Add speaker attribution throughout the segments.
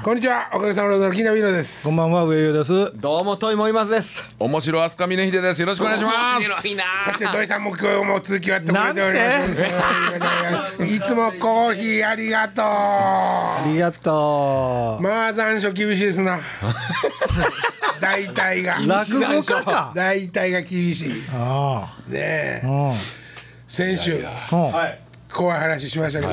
Speaker 1: こんにちは、おかげさまでの金田美濃です。
Speaker 2: こんばんは、上与です。
Speaker 3: どうもトイモリマスです。
Speaker 4: 面白飛鳥峰秀です。よろしくお願いします。
Speaker 3: いいな。
Speaker 1: そして土井さんも今日も続きをやってくれております。いつもコーヒーありがとう。
Speaker 2: ありがとう。
Speaker 1: まあ残暑厳しいですな。大体が
Speaker 2: 落語家か。
Speaker 1: 大体が厳しいねえ。先週怖い話しましたけど、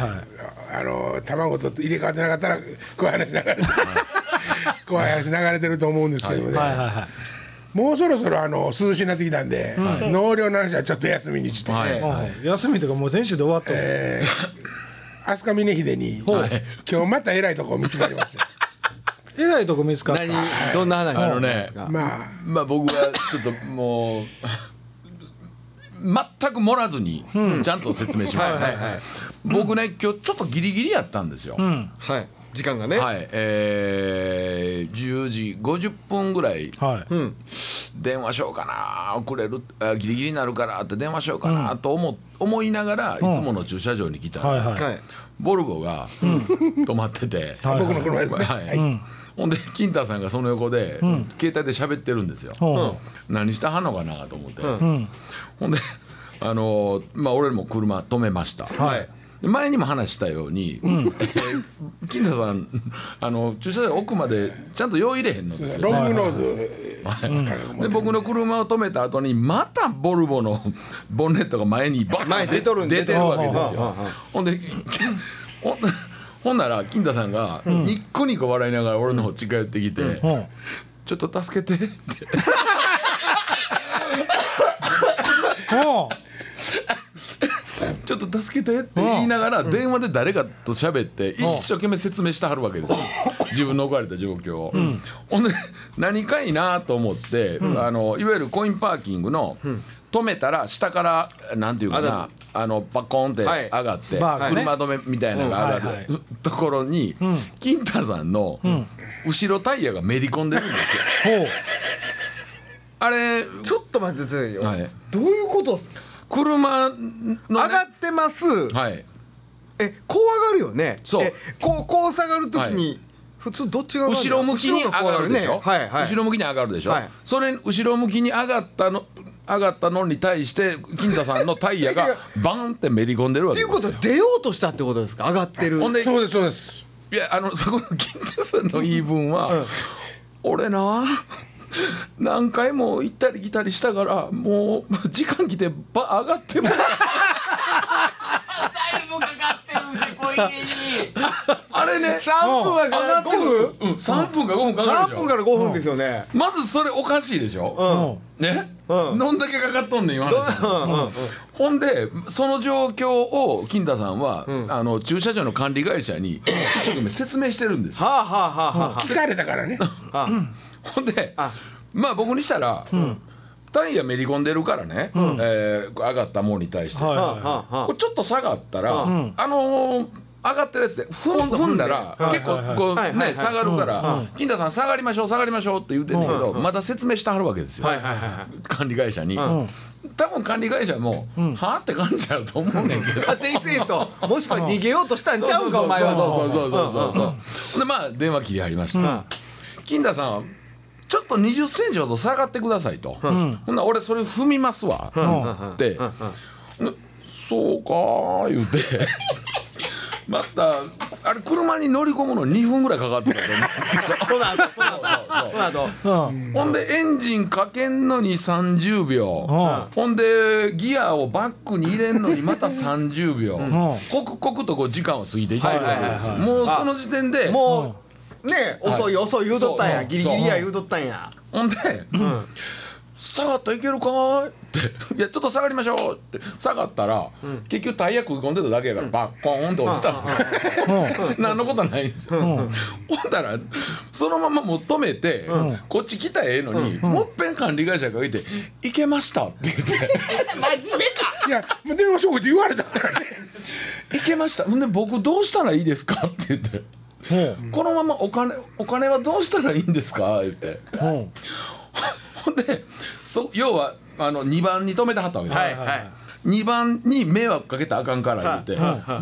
Speaker 1: 卵と入れ替わってなかったら怖い話流れてる怖い話流れてると思うんですけどもね、もうそろそろ涼しになってきたんで、納涼の話はちょっと休みにして、
Speaker 2: 休みとかもう先週で終わった。
Speaker 1: 飛鳥峰秀に今日また偉いとこ見つかりました。
Speaker 2: えらいとこ見つかった。
Speaker 3: どんな話なんですか。
Speaker 4: まあ僕はちょっともう全く盛らずにちゃんと説明します。僕ね、今日ちょっとギリギリやったんですよ。
Speaker 3: はい。時間がね。
Speaker 4: はい、10時50分ぐらい電話しようかな、遅れる、ギリギリになるからって電話しようかなと思いながらいつもの駐車場に来たらボルボが止まってて、
Speaker 1: 僕の車ですね。
Speaker 4: ほんで金太さんがその横で携帯で喋ってるんですよ。何してはんのかなと思って、ほんで俺も車止めました。前にも話したように、金太さん駐車場奥までちゃんと用意入れへんのですよ。
Speaker 1: ロングノーズ
Speaker 4: で僕の車を止めた後にまたボルボのボンネットが前にバンって出てるわけですよ。ほんでほんなら金太さんがニッコニコ笑いながら俺の方近寄ってきて「ちょっと助けて」ってちょっと助けてって言いながら電話で誰かと喋って一生懸命説明してはるわけですよ、自分の置かれた状況を。ほんで何かいなと思って、いわゆるコインパーキングの止めたら下からなんていうかな、パコンって上がって車止めみたいなのが上がるところに金太さんの後ろタイヤがめり込んでるんですよ。あれ
Speaker 3: ちょっと待ってくださいよ。どういうことですか。
Speaker 4: 車の
Speaker 3: 上がってます。こう上がるよね。
Speaker 4: そう。
Speaker 3: こう下がるときに普通どっちが
Speaker 4: 後ろ向きに上がるでしょ。後ろ向きに上がるでしょ。それ後ろ向きに上がったのに対して金太さんのタイヤがバーンってめり込んでるわけですよ。
Speaker 3: っていうことは出ようとしたってことですか。上がってる。
Speaker 1: そうですそうです。
Speaker 4: いやそこの金太さんの言い分は、俺な何回も行ったり来たりしたからもう時間来て上がってもだい
Speaker 5: ぶかかってるし、小池に
Speaker 4: あれね
Speaker 3: 3分は5分
Speaker 4: 3分か5分かかるでしょ。
Speaker 3: 3分から5分ですよね。
Speaker 4: まずそれおかしいでしょ。ね、どんだけかかっとんねん今の。ほんでその状況を金太さんは駐車場の管理会社に一生懸命説明してるんですよ。
Speaker 1: 聞かれたからね。
Speaker 4: ほんでまあ僕にしたらタイヤめり込んでるからね、上がったものに対してこれちょっと下がったら上がってるやつで踏んだら結構こうね下がるから金太さん下がりましょう下がりましょうって言ってんだけどまだ説明してはるわけですよ管理会社に。多分管理会社もはあって感じやと思うねんけど
Speaker 3: 勝手にせえともしくは逃げようとしたんちゃうかお前は。
Speaker 4: そうでまあ電話切りはりました。金太さんはちょっと20センチほど下がってくださいと。ほんなら俺それ踏みますわってそうか言うてまたあれ車に乗り込むの2分ぐらいかかってたと思うんですけど
Speaker 3: その後
Speaker 4: ほんでエンジンかけんのに30秒ほんでギアをバックに入れんのにまた30秒刻々とこう時間を過ぎていってるわけですよ。もうその時点で
Speaker 3: もうね遅い言うとったんや。ギリギリや言うとったんや。
Speaker 4: ほんで下がったらいけるかっていやちょっと下がりましょうって下がったら結局タイヤ食い込んでただけやからバッコーンって落ちたの何のことはないんですよ。ほんだらそのままもう止めてこっち来たらええのにもっぺん管理会社がいて「いけました」って言って
Speaker 5: 真面目か。
Speaker 1: いやもう電話しようって言われたからね。
Speaker 4: いけました。ほんで僕どうしたらいいですかって言ってこのままお金はどうしたらいいんですか言ってほんで要は2番に止めてはったわけです、2番に迷惑かけたらあかんから言って、じゃあ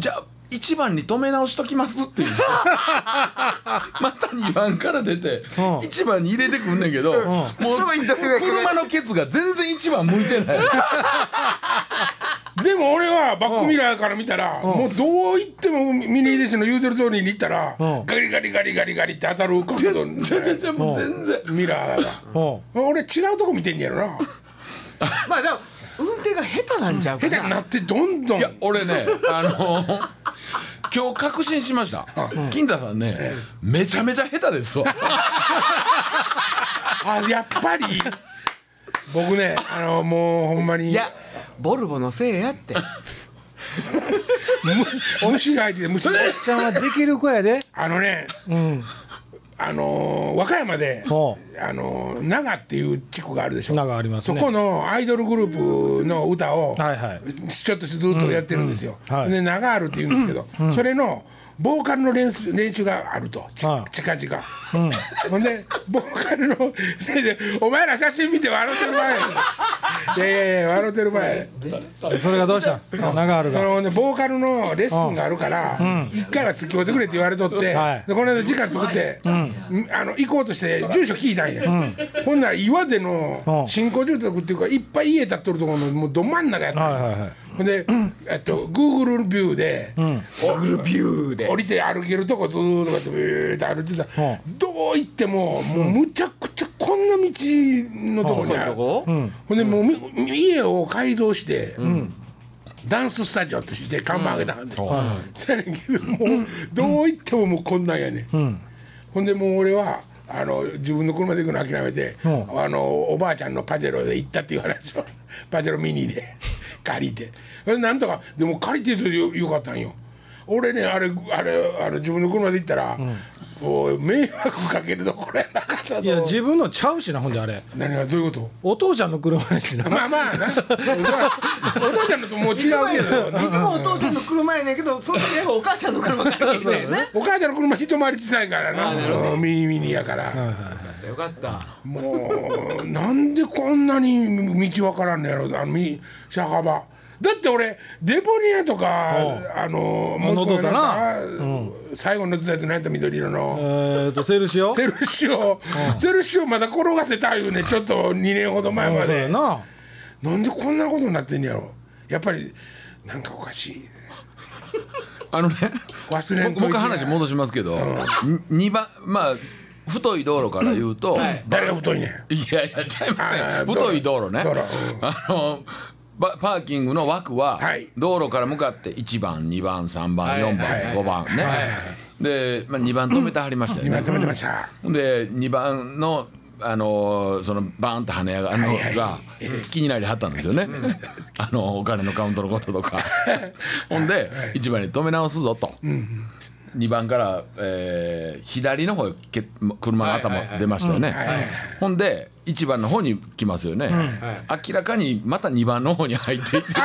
Speaker 4: 1番に止め直しときますっていうまた2番から出て1番に入れてくんねんけど、もう車のケツが全然1番向いてない。
Speaker 1: でも俺はバックミラーから見たら、もうどう言ってもミニヒデシの言うてる通りに行ったら、ガリガリガリガリガリって当たる角度に
Speaker 4: もう全然
Speaker 1: ミラーが俺違うとこ見てんやろな。
Speaker 3: まあでも運転が下手なんちゃうかな。
Speaker 1: 下手になってどんどん。
Speaker 4: いや俺ね今日確信しました。金田さんね、めちゃめちゃ下手ですわ。
Speaker 1: あ、やっぱり僕ね、もうほんまに
Speaker 3: いやボルボのせいやって。
Speaker 1: 虫が入ってて虫が
Speaker 2: ちゃんはできる子やで。
Speaker 1: 和歌山で長っていう地区があるでしょ。
Speaker 2: 長ありますね。
Speaker 1: そこのアイドルグループの歌をちょっとずっとやってるんですよ。で長あるって言うんですけど、それのボーカルの練習があると近々。ほんでボーカルのお前ら写真見て笑ってる場合や。いやいや笑ってる場合や。
Speaker 2: それがどうしたん？長あるが。
Speaker 1: そのねボーカルのレッスンがあるから一回は付き合ってくれって言われとって、でこの間時間作って行こうとして住所聞いたんや。ほんなら岩手の新興住宅っていうかいっぱい家建っとるところのもうど真ん中やったん。ほんでGoogle ビューで降りて歩けるとこずーっとこうやってビューって歩いてた。どう行ってももうむちゃくちゃこんな道のとこにある。ほんでもう家を改造してダンススタジオとして看板上げたんで、そやねんけどもうどう行ってももうこんなんやねん。ほんでもう俺は自分の車で行くの諦めておばあちゃんのパジェロで行ったっていう話をパジェロミニで借りて、なんとかでも借りてるとよかったんよ。俺ねあれ自分の車で行ったら、迷惑かけるところやなかったと。
Speaker 2: いや自分のちゃうしな。ほんであれ
Speaker 1: 何がどういうこと？
Speaker 2: お父ちゃんの車やしな。
Speaker 1: まあなお父ちゃんのともう違うけど
Speaker 3: いつもお父ちゃんの車やねんけど、その時お母ちゃんの車借りてきたよね。
Speaker 1: お母ちゃんの車一回り小さいからな、ミニやから。
Speaker 3: よかった。
Speaker 1: もうなんでこんなに道わからんのやろ車幅。だって俺デボニアとか
Speaker 2: 乗っとったな。
Speaker 1: 最後乗ってたやつ何やった緑色の
Speaker 2: セルシオ
Speaker 1: まだ転がせたいうね、ちょっと2年ほど前まで。なんでこんなことになってんやろ。やっぱりなんかおかしい。忘れんといて。
Speaker 4: 僕話戻しますけど、2番まあ太い道路から言うと、
Speaker 1: 誰が太いねん。
Speaker 4: いやいやちゃいません。太い道路ね。パーキングの枠は道路から向かって1番2番3番4番5番ね。で2番止めてはりましたよね。
Speaker 1: 2番止めてました。
Speaker 4: で2番のそのバーンって跳ね上がるのが気になりはったんですよね。お金のカウントのこととか。ほんで1番に止め直すぞと。2番から、左の方へ車の頭出ましたよね。ほんで1番の方に来ますよね。明らかにまた2番の方に入っていって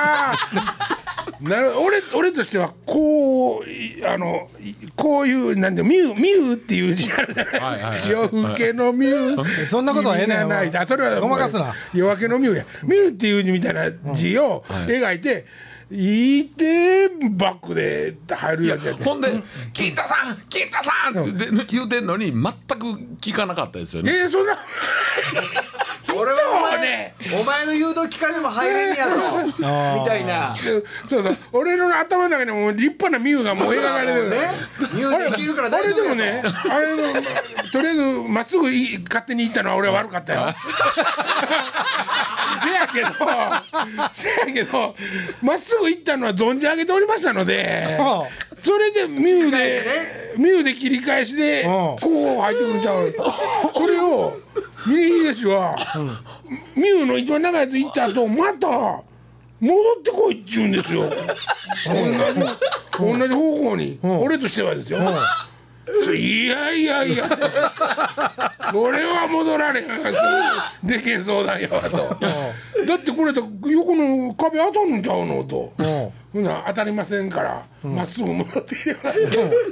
Speaker 1: 俺としてはこういうなんでミュウっていう字あるじゃない。夜更けのミュウ。
Speaker 2: そんなことはええねん。
Speaker 1: それは
Speaker 2: ごまかすな。
Speaker 1: 夜明けのミュウや。ミュウっていう字みたいな字を描いていてバックで入るやつやって。
Speaker 4: ほんで「金太さん金太さん!」って言うてんのに全く聞かなかったですよね。
Speaker 1: そんな
Speaker 3: 俺はお前の誘導機関でも入れんやろみたいな。
Speaker 1: そう俺の頭の中にも立派なミュウがもう描かれてるね。
Speaker 3: ミュウできるから大丈夫やと。
Speaker 1: あれでもねとりあえずまっすぐ勝手に行ったのは俺は悪かったよ。せやけどまっすぐ行ったのは存じ上げておりましたので、それでミュウで切り返しでこう入ってくるんちゃう。それをミニヒデシはミュウの一番長いやつ行った後また戻ってこいっちゅうんですよ。同じ方向に。俺としてはですよ。いや俺は戻られへん。でけん相談やわと。だってこれ横の壁当たるんちゃうのと。ほな当たりませんからまっすぐ戻ってきてください。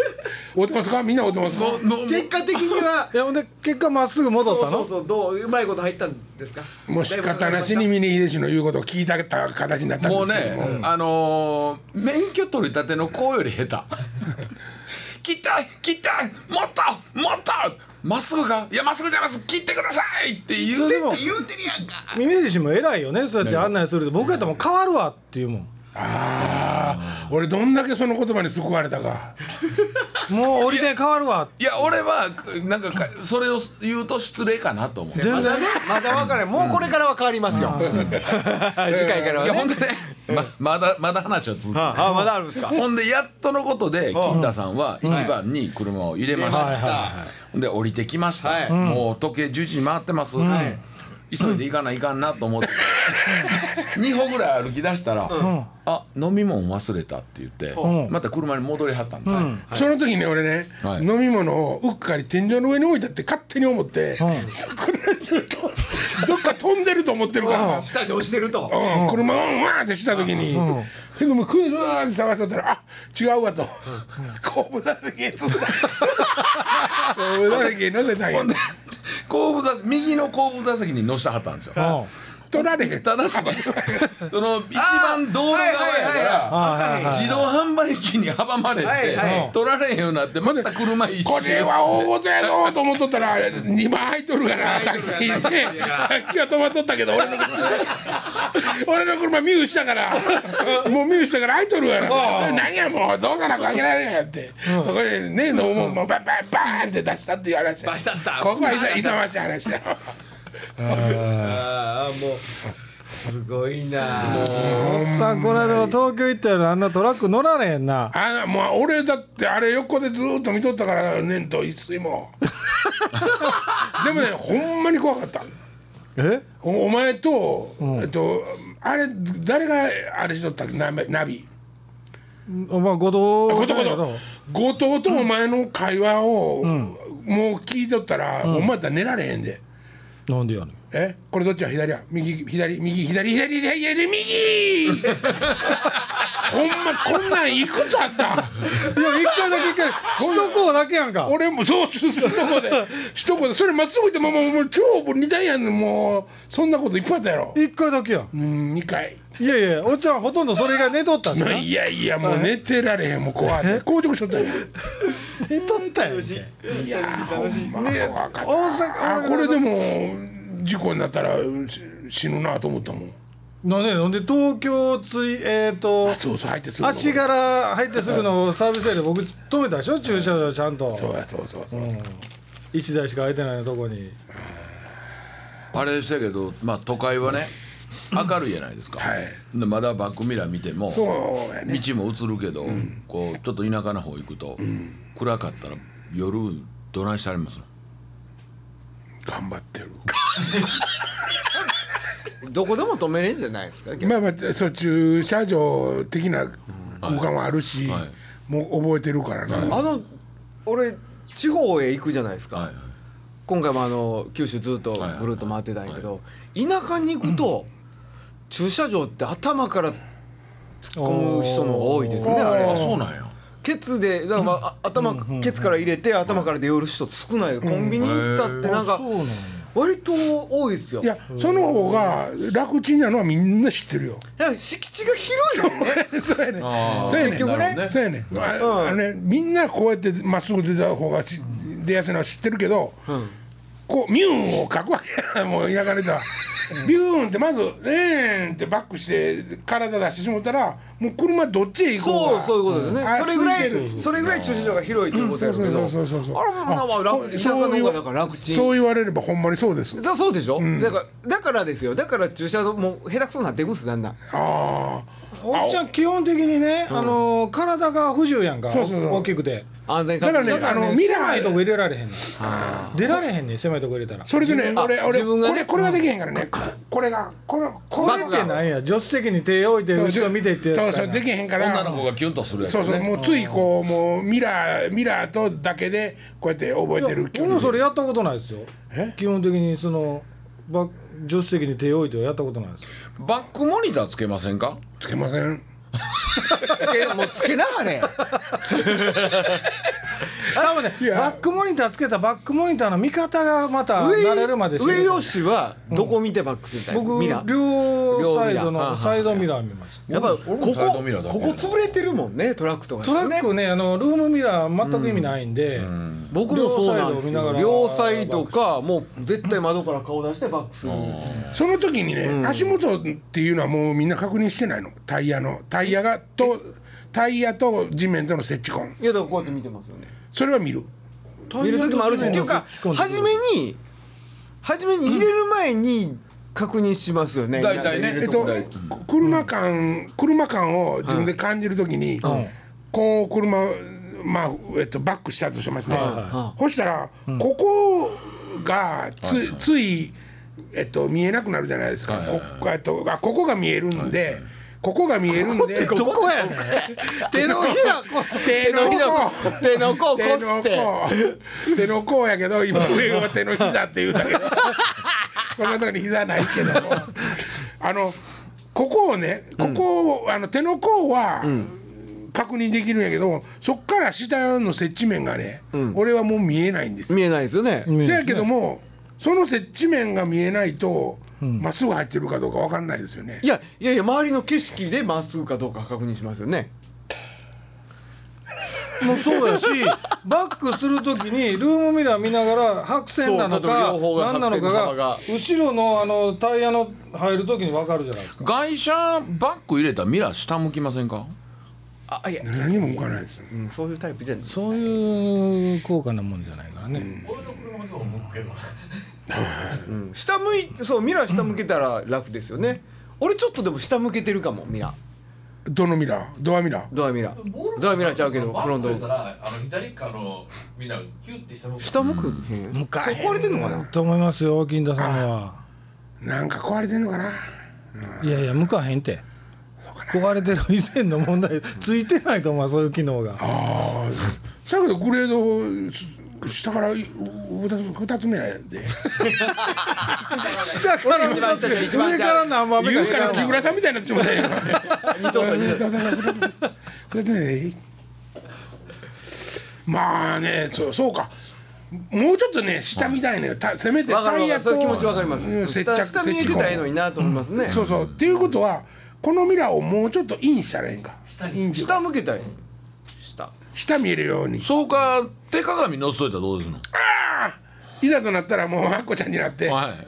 Speaker 1: 会ってますかみんな会ってますか
Speaker 3: 結果的にはい
Speaker 2: やほんで結果まっすぐ戻ったの？
Speaker 3: そうどうまいこと入ったんですか？
Speaker 1: もう仕方なしに峰秀氏の言うことを聞いた形になったん
Speaker 4: もう
Speaker 1: ですけども、
Speaker 4: ね、免許取り立ての子より下手切ったもっとまっすぐかいやまっすぐじゃないます切ってくださいって言うてるやんか。
Speaker 2: 峰岸も偉いよねそうやって案内すると、僕やったらもう変わるわっていうもん。
Speaker 1: 俺どんだけその言葉に救われたか
Speaker 2: もう降りて変わるわ。
Speaker 4: いや俺はなんかそれを言うと失礼かなと思う。
Speaker 3: まだねまだ分からないもうこれからは変わりますよ次回からはいね
Speaker 4: やほんでねまだ話は続く、
Speaker 3: まだあるんですか？
Speaker 4: ほんでやっとのことで金太さんは1番に車を入れました、ほんで降りてきました、
Speaker 3: はい
Speaker 4: もう時計11時回ってます、急いで行かないかんなと思って2歩ぐらい歩き出したら「あ飲み物忘れた」って言ってまた車に戻りはったんです、
Speaker 1: その時ね俺ね、
Speaker 4: はい
Speaker 1: 飲み物をうっかり天井の上に置いたって勝手に思って、そこら中どっか飛んでると思ってるから
Speaker 3: 下に落ちてると
Speaker 1: 車をわーってした時に、けどもクイズわーって探しとったら違うわと、後部座席へ積んだ後部座席へ乗せたんや
Speaker 4: 右の後部座席に乗せたはったんですよ、
Speaker 1: 取られへん
Speaker 4: ただしその一番道路側やから自動販売機に阻まれて取られへんようになってまた車一周
Speaker 1: これは大事やぞと思っとったら2番入っとるからさっきねさっきは止まっとったけど俺の車ミューしたからもうミューしたから入っとるから何やもうどうかなく開けられへんやってそこでね飲もうもうバンって出したっていう話
Speaker 3: 出したった
Speaker 1: ここは勇ましい話や
Speaker 3: あもうすごいな
Speaker 2: おっさんこの間の東京行ったよりあんなトラック乗られへんな。
Speaker 1: もう俺だってあれ横でずっと見とったからねんと一睡もでもねほんまに怖かった
Speaker 2: え
Speaker 1: お前と、あれ誰があれしとったっけナビ
Speaker 2: お前後
Speaker 1: 藤とお前の会話を、もう聞いとったら、お前だったら寝られへんで。
Speaker 2: なんでやねん。
Speaker 1: これどっちや左や右左右左ほんまこんなんいくつあった
Speaker 2: いや一回だけ首都高だけやんか。
Speaker 1: 俺もそう首都高でそれまっすぐ行ってもう超似たんやんもうそんなこといっぱいあったやろ。
Speaker 2: 一回だけやん。
Speaker 1: 2回
Speaker 2: いやいやおっちゃんほとんどそれが寝とったしな。
Speaker 1: いやもう寝てられへんもう怖い硬直しとったんや
Speaker 2: 寝とったやんけ。
Speaker 1: いやほんま怖かった。
Speaker 2: 大阪
Speaker 1: これでも事故になったら死ぬなと思ったもん。
Speaker 2: なんで東京
Speaker 1: そう入ってすぐ
Speaker 2: 足柄入ってすぐのサービスエリア僕止めたでしょ駐車場ちゃんと。
Speaker 1: そう、
Speaker 2: 1台しか空いてないのとこに。
Speaker 4: あれしたけど都会はね明るいじゃないですか、でまだバックミラー見ても
Speaker 1: そうやね
Speaker 4: 道も映るけど、こうちょっと田舎の方行くと、暗かったら夜どないされますの？
Speaker 1: 頑張ってる
Speaker 3: どこでも止めれんじゃないですか。
Speaker 1: そう駐車場的な空間はあるし、もう覚えてるからな。
Speaker 3: 俺地方へ行くじゃないですか、
Speaker 4: はい、
Speaker 3: 今回も九州ずっとぐるっと回ってたんやけど、田舎に行くと、駐車場って頭から突っ込む人の方が多いですね。あれ
Speaker 4: そうなんや。
Speaker 3: ケツでだからケツから入れて頭から出よる人少ない。コンビニ行ったってなんか割と多いですよ。
Speaker 1: いやその方が楽ちんなのはみんな知ってるよ。
Speaker 3: だから敷地が広いよね
Speaker 1: そうやね
Speaker 3: 結局ね
Speaker 1: そうやねみんなこうやってまっすぐ出た方が出やすいのは知ってるけど、こうミューンを書くわけやもう田舎の人はビューンってまずってバックして体出してしもったらもう車どっちへ行こうが
Speaker 3: そういうことですね。それぐらい駐車場が広いということやけど、あれも田舎の方がだから楽ちん。
Speaker 1: そう言われればほんまにそうです。
Speaker 3: そうでしょ、だからですよ。だから駐車場も下手くそになっていくんですだんだん。
Speaker 2: おっちゃん基本的にね、体が不自由やんか。大きくて
Speaker 3: 安全
Speaker 1: だからね
Speaker 2: ミラー狭いとこ入れられへんねん。出られへんねん狭いとこ入れたら。
Speaker 1: それでね俺これができへんからね。これ
Speaker 2: ってなんや助手席に手置いて後ろ見てってやつ。
Speaker 1: そうできへんから
Speaker 4: 女の子がキュンとするやつね。
Speaker 1: そうもうついこうもうミラーとだけでこうやって覚えてる。
Speaker 2: 俺もそれやったことないですよ。基本的にその助手席に手置いてはやったことないですよ。
Speaker 4: バックモニターつけませんか？
Speaker 1: つけません。
Speaker 3: もうつけなはれ
Speaker 2: 多分ね
Speaker 1: いや
Speaker 2: バックモニターつけたバックモニターの見方がまた慣れるまで
Speaker 3: 上吉はどこ見てバックするタイプ？
Speaker 2: 僕
Speaker 3: ミラー。
Speaker 2: 両サイド
Speaker 3: 両ミラー
Speaker 2: のサイドミラー見ます。
Speaker 3: やっぱこ
Speaker 4: 俺もサイド
Speaker 3: こ
Speaker 4: ミラーだけ
Speaker 3: こ潰れてるもんね、トラックとか
Speaker 2: トラックねルームミラー全く意味ないんで、
Speaker 3: 僕もそうなんですよ。両
Speaker 2: 両
Speaker 3: サイ
Speaker 2: サイド
Speaker 3: ドかもう絶対窓から顔出してバックする。
Speaker 1: その時にね、足元っていうのはもうみんな確認してないの。タイヤと地面との接地痕、
Speaker 3: いやだからこうやって見てますよね。
Speaker 1: それは見る。
Speaker 3: 見る時もあるし、っていうか初めに入れる前に確認しますよね。
Speaker 4: 大体ね
Speaker 1: 車感を自分で感じる時に、こう車バックしたとしますね。そしたら、ここがつい見えなくなるじゃないですか。ここが見えるんで。ここが見えるんで。
Speaker 2: どこやねん手のひら
Speaker 3: 手の甲こすって
Speaker 1: 手の甲やけど今上が手の膝って言うたけどこんなとこに膝ないけどもここを手の甲は確認できるんやけど、そっから下の接地面がね、俺はもう見えないんです。
Speaker 3: 見えないですよね。
Speaker 1: そやけどもその接地面が見えないとまっすぐ入ってるかどうか分かんないですよね。
Speaker 3: いや周りの景色でまっすぐかどうか確認しますよね。
Speaker 2: もうそうやしバックするときにルームミラー見ながら白線なの
Speaker 3: そう
Speaker 2: か
Speaker 3: 両方が
Speaker 2: 何なのか
Speaker 3: 白線の幅が
Speaker 2: が後ろのタイヤの入るときに分かるじゃないですか。
Speaker 4: 外車バック入れたらミラー下向きませんか？
Speaker 3: いや、
Speaker 1: 何も向かないですよ。
Speaker 3: そういうタイプじゃない。
Speaker 2: そういう高価なもんじゃないからね、
Speaker 3: 下向いてミラー下向けたら楽ですよね。俺ちょっとでも下向けてるかも。ミラー
Speaker 1: どのミラー？ドアミラー？
Speaker 3: ドアミラーちゃうけどフロント
Speaker 4: 左側のミラーキュッて下向く。
Speaker 3: 下向くへん。そう壊れてんのかな。
Speaker 2: と思いますよ金田さんは。
Speaker 1: なんか壊れてんのかな。
Speaker 2: いやいや向かへんて。壊れてる以前の問題ついてないと思う、そういう機能が。
Speaker 1: だけどグレード下から2つ目なんで
Speaker 2: 下から
Speaker 3: 一番下じゃ一番下
Speaker 2: 上から何番目
Speaker 1: 言
Speaker 2: か知らんわ
Speaker 1: うから木村さんみたいになってしまったんや
Speaker 3: 二等
Speaker 1: 2つ目でまあねそうか、もうちょっとね下見たいのよ。せめて
Speaker 3: わかるわかる。
Speaker 1: タイヤと
Speaker 3: そういう気持ちわかります。下見えてたらええのになと思いますね。
Speaker 1: そうそうっていうことはこのミラーをもうちょっとインしたらええんか。
Speaker 3: 下向けたい。
Speaker 1: 下見えるように。
Speaker 4: そうか手鏡乗せといたらどうですの？
Speaker 1: いざとなったらもうあっこちゃんになって、
Speaker 4: はい。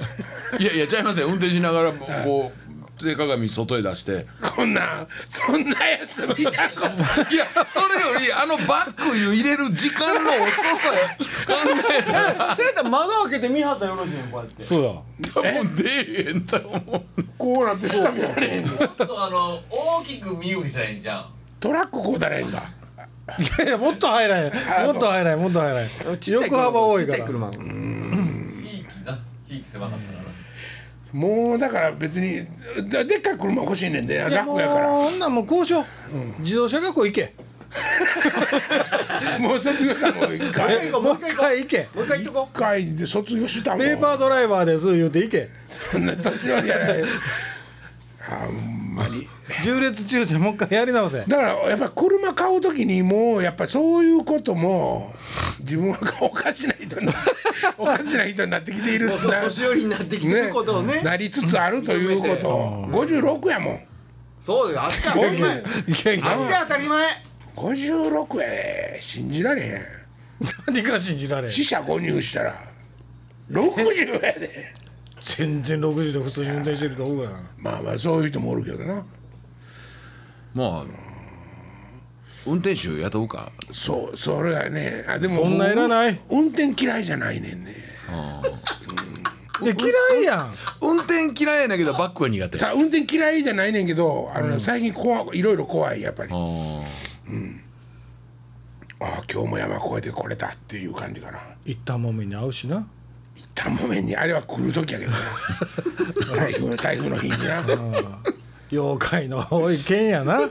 Speaker 4: いやちゃいますよ。運転しながらこう手鏡外へ出して。
Speaker 1: そんなやつ見たこと
Speaker 4: いやそれよりバッグ入れる時間の遅さ考えたら
Speaker 3: そうやったら窓開けて見張ったらよろしいねんこうやって。
Speaker 2: そうや
Speaker 4: 多分出えへんと思う。
Speaker 1: こうなって下見られへんの。
Speaker 5: ちょっと大きく見ようにしたらいいんじゃん。
Speaker 1: トラックこうだらへんか。
Speaker 2: いやもっと入らへんもっと入らへん横幅多いから。
Speaker 3: ちっちゃい車。
Speaker 5: 地域狭かったから。
Speaker 1: もうだから別にでっかい車欲しいねんで
Speaker 2: いや
Speaker 1: 楽やから。
Speaker 2: もう女もうこうしよう、自動車学校行け。
Speaker 1: もう卒業したらもう一回
Speaker 2: もう一回行け。
Speaker 3: もう一回行っとこ
Speaker 1: 一回で卒業したもん。
Speaker 2: ペーパードライバーです言うて行け。
Speaker 1: そんな年寄りやない。あんまり。
Speaker 2: 重列駐車もう一回やり直せ。
Speaker 1: だからやっぱ車買う時にもうやっぱそういうことも自分はおかしな人になってきている
Speaker 3: う。年寄りになってきてることをね。
Speaker 1: なりつつあるということを。56やもん。
Speaker 3: そうです。あって当たり前。あ
Speaker 2: いやいや
Speaker 3: って当たり前。
Speaker 1: 56やで信じられへん。
Speaker 2: 何か信じられへん。
Speaker 1: 死者誤入したら60やで。
Speaker 2: 全然60で普通に運転してると思うから。
Speaker 1: まあそういう人もおるけどな。
Speaker 4: まあ運転手雇うか。
Speaker 1: そうそれはね。でも
Speaker 2: そんないらない
Speaker 1: 運転嫌いじゃないねんね。
Speaker 2: いや嫌いやん。
Speaker 4: 運転嫌いやねんけどバックは苦手。
Speaker 1: さ運転嫌いじゃないねんけど最近いろいろ怖いやっぱり。今日も山越えてこれたっていう感じかな。
Speaker 2: 一旦もみに合うしな。
Speaker 1: 一旦もめんにあれは来る時やけどな。台風の日にな。
Speaker 2: 妖怪の多い県やな。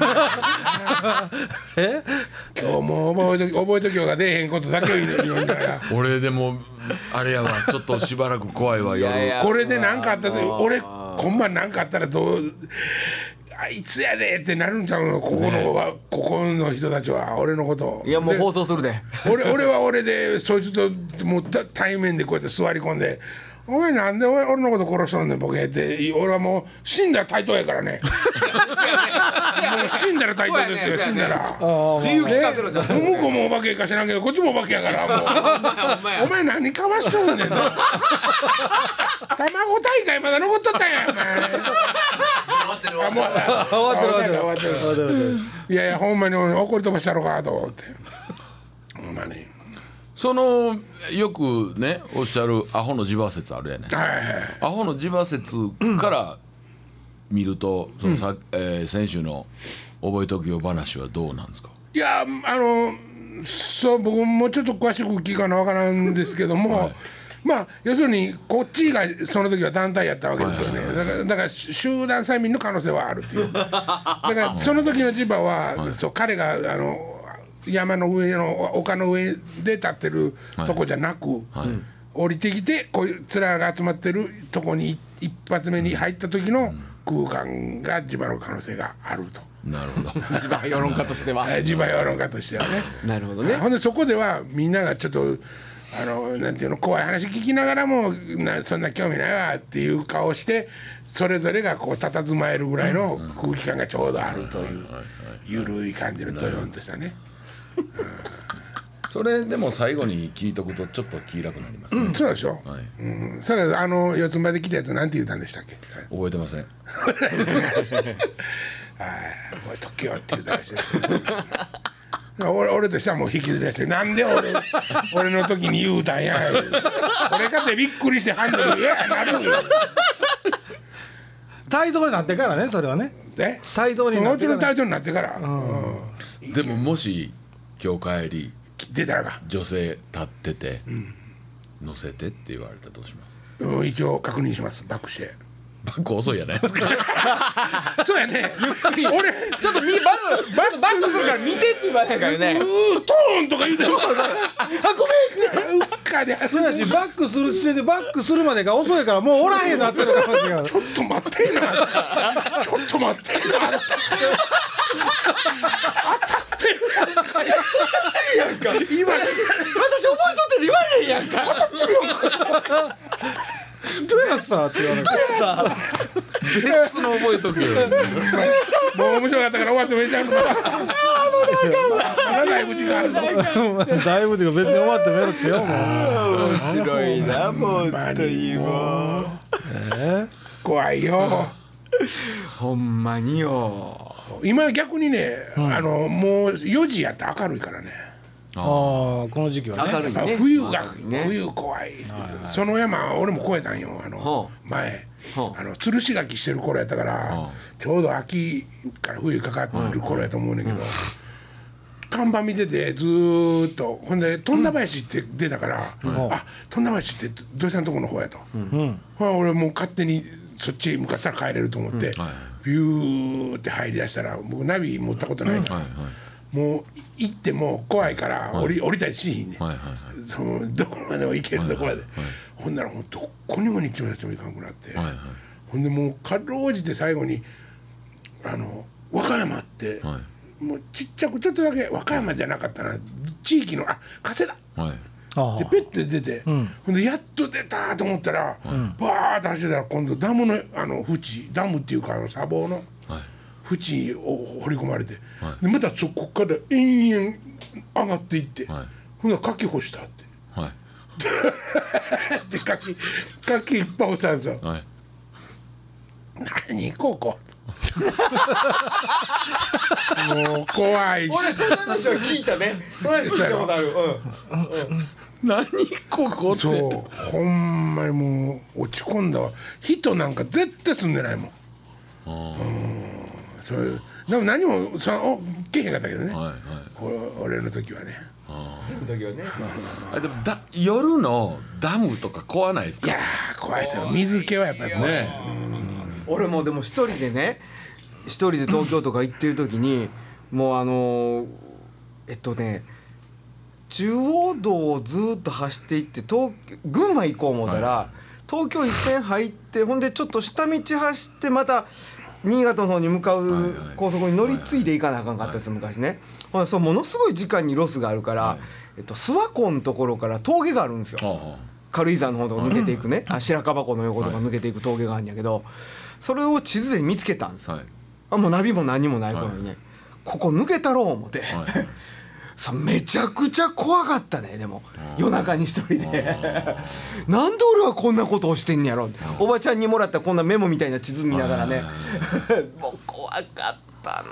Speaker 1: 今日も覚えときようが出えへんことだけを言うんだから。
Speaker 4: 俺でもあれやわちょっとしばらく怖いわ夜。
Speaker 1: これで何かあったと俺今晩何かあったらあいつやでってなるんちゃうの、ここの人たちは俺のことを。
Speaker 3: いやもう放送するで。
Speaker 1: 俺は俺でそいつともう対面でこうやって座り込んで「お前なんで俺のこと殺しとんねんボケ」って俺はもう死んだら対等やからねもう死んだら対等ですよ、死んだら。
Speaker 3: 理由聞かせろじゃん。
Speaker 1: 向こうもお化けか知らんけどこっちもお化けやからもうお前何かましとんねんな卵大会まだ残っとったんやお前
Speaker 5: 終わってる
Speaker 1: あもう終わってるいやいやほんまに怒り飛ばしたろかと思ってほんまに
Speaker 4: そのよくねおっしゃるアホの自罵説あるやね、アホの自罵説から見ると、その先週の覚えときよ話はどうなんですか。
Speaker 1: いやそう僕もちょっと詳しく聞かなわからんですけども、まあ要するにこっちがその時は団体やったわけですよね、だから集団催眠の可能性はあるっていうだからその時の磁場は、そう彼が山の上の丘の上で立ってるとこじゃなく、降りてきてこういうつらが集まってるとこに一発目に入った時の空間が磁場の可能性があると。
Speaker 4: なるほど
Speaker 3: 一番評論家としては。
Speaker 1: 磁場評論家としてはね。
Speaker 3: なるほどね。
Speaker 1: ほんでそこではみんながちょっとなんていうの怖い話聞きながらもそんな興味ないわっていう顔してそれぞれがこう佇まえるぐらいの空気感がちょうどあるというゆるい感じのドヨンとしたね。
Speaker 4: それでも最後に聞いとくとちょっと気楽になりますね、
Speaker 1: そうでしょ、それから四つん這いで来たやつなんて言うたんでしたっけ。
Speaker 4: 覚えてません
Speaker 1: 覚えとけよって言うたらしいです俺としてはもう引きずり出してなんで俺の時に言うたんや俺かってびっくりしてハンドルいやなるよ
Speaker 2: 対等になってからね、それはね。対等にな
Speaker 1: も
Speaker 2: ってから。
Speaker 1: ちろん対等になってから、
Speaker 4: でももし今日帰り
Speaker 1: 出たらか
Speaker 4: 女性立ってて、乗せてって言われたらどうします。
Speaker 1: 一応確認しますバックして
Speaker 4: バック遅いやないですか
Speaker 1: そうやねゆっくり俺
Speaker 3: ちょっとバックするから見てって言わないからね。
Speaker 1: トーンとか言うてるあごめんうっかで
Speaker 2: そうやし、バックする時点でバックするまでが遅いからもうおらへんなってる可能性がある。
Speaker 1: ちょっと待ってなちょっと待ってな当たってるやんか今
Speaker 3: 私覚えとってって言われへんやんか。
Speaker 2: どうやったって言われて。
Speaker 4: 別の覚えとけよ
Speaker 1: もう面白かったから終わってもいいじゃんまだだいぶ時間あるぞ
Speaker 2: だいぶてか別に終わってもやるしよもう。
Speaker 3: 面白いなもうというもう
Speaker 1: 怖いよ
Speaker 3: ほんまによ。
Speaker 1: 今逆にね、もう4時やったら明るいからね
Speaker 2: ああ、この時期はね。
Speaker 3: 明るいね。
Speaker 1: 冬が、
Speaker 3: ね。
Speaker 1: 冬怖い、その山俺も越えたんよ前吊るし柿してる頃やったからちょうど秋から冬かかってる頃やと思うねんけど看板見ててずーっとほんで富田林って出たからあ富田林って土井さんとこの方やと俺もう勝手にそっち向かったら帰れると思ってビューって入りだしたら僕ナビ持ったことないからもう行っても怖いから降りたりしひんねんどこまでも行けるとこまでほんならもうどこにも日中もやってもいかんくなってほんでもうかろうじて最後に和歌山ってもうちっちゃくちょっとだけ和歌山じゃなかったな地域の加瀬だでペッて出てほんでやっと出たと思ったらバーッと走ってたら今度ダムの縁ダムっていうか砂防の縁を掘り込まれて、でまたそこから延々上がっていって、ほんなら牡蠣干したって、で牡蠣いっぱい干したんですよ、何ここもう怖いし
Speaker 3: 俺その話は聞いたね。話聞いたことある。
Speaker 4: 何ここって
Speaker 1: そうほんまにもう落ち込んだわ人なんか絶対住んでないもんそういうでも何もけへんかったけどね、俺の時はね
Speaker 3: 時はね。
Speaker 4: でも夜のダムとか怖ないですか。
Speaker 1: いや怖いですよ水気はやっぱり怖い、
Speaker 3: 俺もでも一人で東京とか行ってる時にもう中央道をずっと走っていって群馬行こう思ったら、東京一遍入ってほんでちょっと下道走ってまた新潟の方に向かう高速に乗り継いでいかなあかんかったです昔ね。そうものすごい時間にロスがあるから、諏訪湖のところから峠があるんですよ。軽井沢の方とか抜けていくね、白樺湖の横とか抜けていく峠があるんやけど、それを地図で見つけたんですよ。もうナビも何もない頃にね、ここ抜けたろう思って、めちゃくちゃ怖かったね。でも夜中に一人でなんで俺はこんなことをしてんやろって、おばちゃんにもらったこんなメモみたいな地図見ながらねもう怖かった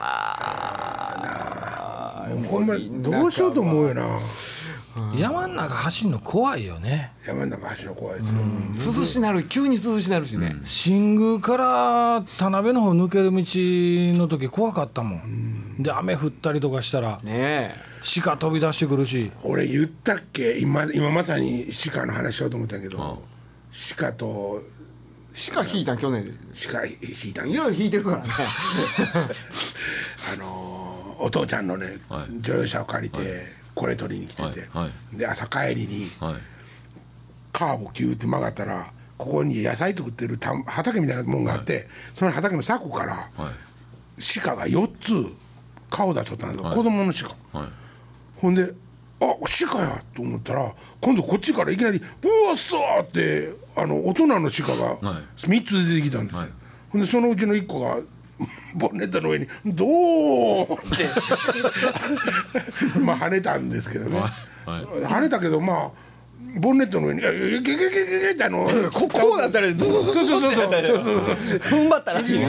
Speaker 3: な。
Speaker 1: ほんまにどうしようと思うよな。
Speaker 2: 山ん中走るの怖いよね。
Speaker 1: 山ん中走るの怖いですよ、
Speaker 3: 涼しなる、急に涼しなるしね。
Speaker 2: 新宮から田辺の方抜ける道の時怖かったもん、で雨降ったりとかしたら
Speaker 3: ね
Speaker 2: 鹿飛び出してくるし。
Speaker 1: 俺言ったっけ、今まさに鹿の話しようと思ったけど、鹿と
Speaker 3: 鹿引いたん去年で。
Speaker 1: 鹿引いたん
Speaker 3: いろいろ引いてるからね
Speaker 1: お父ちゃんのね、乗用車を借りて、これ取りに来てて、で朝帰りに、カーブをキューって曲がったら、ここに野菜作ってる畑みたいなもんがあって、その畑の柵から、鹿が4つ顔出しとったんですよ、子供の鹿、ほんであ鹿やと思ったら、今度こっちからいきなりブワッサーって大人の鹿が3つ出てきたんですよ、ほんでそのうちの1個がボンネットの上にドーンってまあ跳ねたんですけどね、跳ねたけどまあボンネットの上にゲゲゲゲゲって
Speaker 3: こうだったらズズズズズって踏ん張ったらしいね。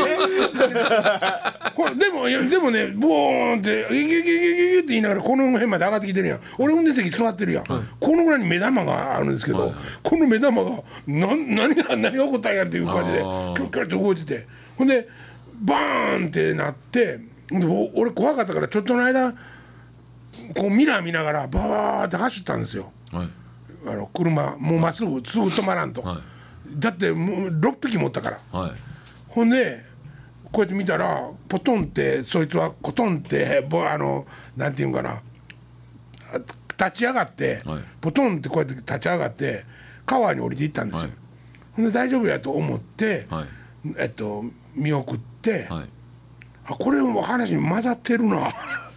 Speaker 1: でもねボーンってゲゲゲゲゲって言いながらこの辺まで上がってきてるやん。俺運転席座ってるやん、このぐらいに目玉があるんですけど、この目玉が何が起こったんやっていう感じでキュッキュッと動いてて、ほんでバーンってなって、俺怖かったからちょっとの間こうミラー見ながらバーって走ったんですよ、車もうまっすぐすぐ止まらんと、だってもう6匹持ったから、ほんでこうやって見たらポトンってそいつはコトンってなんていうんかな、立ち上がって、ポトンってこうやって立ち上がって川に降りていったんですよ、ほんで大丈夫やと思って、見送って、これも話に混ざってるな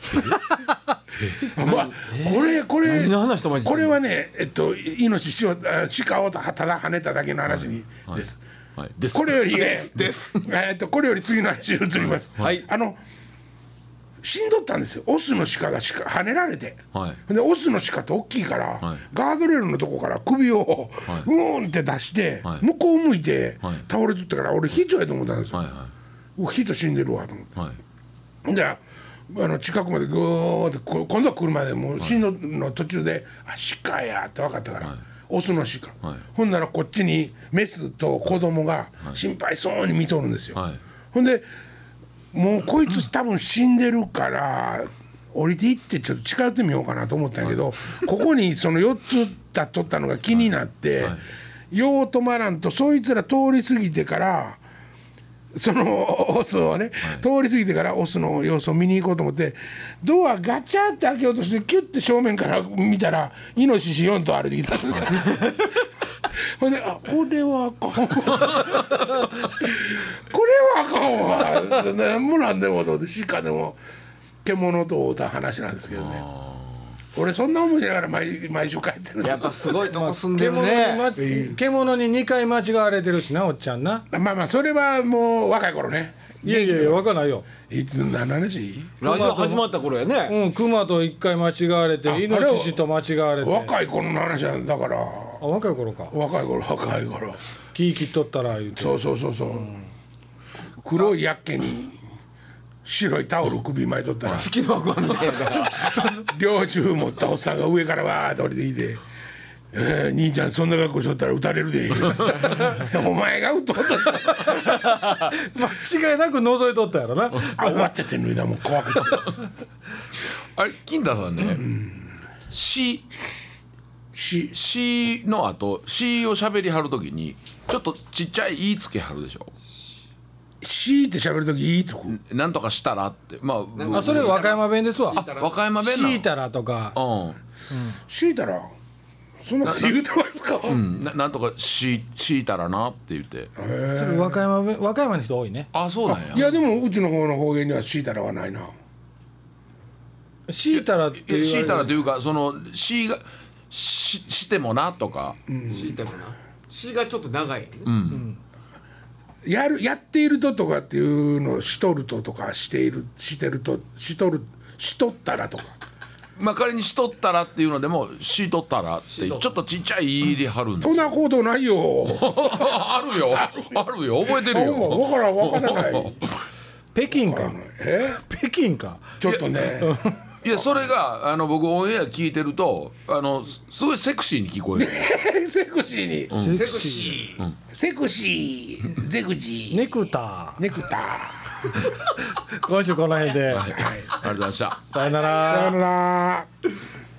Speaker 1: これはね、イノシシを鹿をただ跳ねただけの話にです。これよりこれより次の話に移ります。死んどったんですよ、オスの鹿が跳ねられて、でオスの鹿って大きいから、ガードレールのとこから首をうーんって出して、向こう向いて倒れとったから、俺人やと思ったんですよ、人死んでるわと思って、で近くまでグーって今度は車でもう進路の途中で鹿やって分かったから、オスの鹿、ほんならこっちにメスと子供が心配そうに見とるんですよ、ほんでもうこいつ多分死んでるから降りていってちょっと近寄ってみようかなと思ったんやけど、ここにその4つ立っとったのが気になって、よう止まらんと、そいつら通り過ぎてからそのオスをね、通り過ぎてからオスの様子を見に行こうと思ってドアガチャって開けようとしてキュッて正面から見たらイノシシ4頭歩いてきたほんでこれはあかんわこれはあかんわなんもなんでもと思って、鹿でも獣と会うた話なんですけどね。俺そんな思いながら毎週帰ってる。
Speaker 3: やっぱすごいとこ住んでるね。
Speaker 2: 獣に2回間違われてるしな、おっちゃんな。
Speaker 1: まあそれはもう若い頃ね。
Speaker 2: いや分かんないよ。
Speaker 1: いつ何話？
Speaker 3: ラジオ始まった頃やね。
Speaker 2: 熊と1回間違われて、イノシシと間違われて。
Speaker 1: 若い頃の話なんだから。
Speaker 2: 若い頃か。
Speaker 1: 若い頃。
Speaker 2: 木切っとったら言うて。
Speaker 1: そう、黒いヤッケに白いタオル首巻いとったら
Speaker 3: 月の輪みたいな
Speaker 1: 猟銃持ったおっさんが上からわーって降りてきて兄ちゃんそんな格好しとったら撃たれるでお前が撃とうとした
Speaker 2: 間違いなく覗いとったやろな。
Speaker 1: 終わってて脱いだもん怖くて
Speaker 4: あれ金太さんね、詩の後詩を喋りはるときにちょっとちっちゃい言いつけはるでしょ。
Speaker 1: シーって喋るときいいとこ
Speaker 4: なんとかしたらって、ま
Speaker 2: あそれ和歌山弁ですわ。
Speaker 4: 和歌山弁なの。
Speaker 2: シータラとか、
Speaker 1: シーたらそんなこと言うてますか。
Speaker 4: なんとか敷いたらなって言って。
Speaker 2: それ和歌山の人多いね。
Speaker 4: あ、そうなんや。
Speaker 1: いやでもうちの方の方言には敷いたらはないな。
Speaker 2: 敷いたらって
Speaker 4: 敷いたらというかその敷がしてもなとか。
Speaker 3: 敷いたかな。敷がちょっと長いね。
Speaker 1: やっているととかっていうのをしとるとかしてるとしとったらとか。
Speaker 4: まあ仮にしとったらっていうのでもしとったらってちょっとちっちゃい入れはるんです
Speaker 1: そんなことないよ。
Speaker 4: あるよ覚えてるよ。
Speaker 1: わからない。
Speaker 2: 北京か。北京か。
Speaker 1: ちょっとね。
Speaker 4: いやそれが僕オンエア聞いてるとすごいセクシーに聞こえる。
Speaker 1: セクシーに。
Speaker 3: セクシー。
Speaker 1: セクシー。ゼクジー。
Speaker 2: ネクタ
Speaker 1: ネクタ。
Speaker 2: 今週この辺で。
Speaker 4: ありがとうございました。
Speaker 2: さよなら。
Speaker 1: さよなら。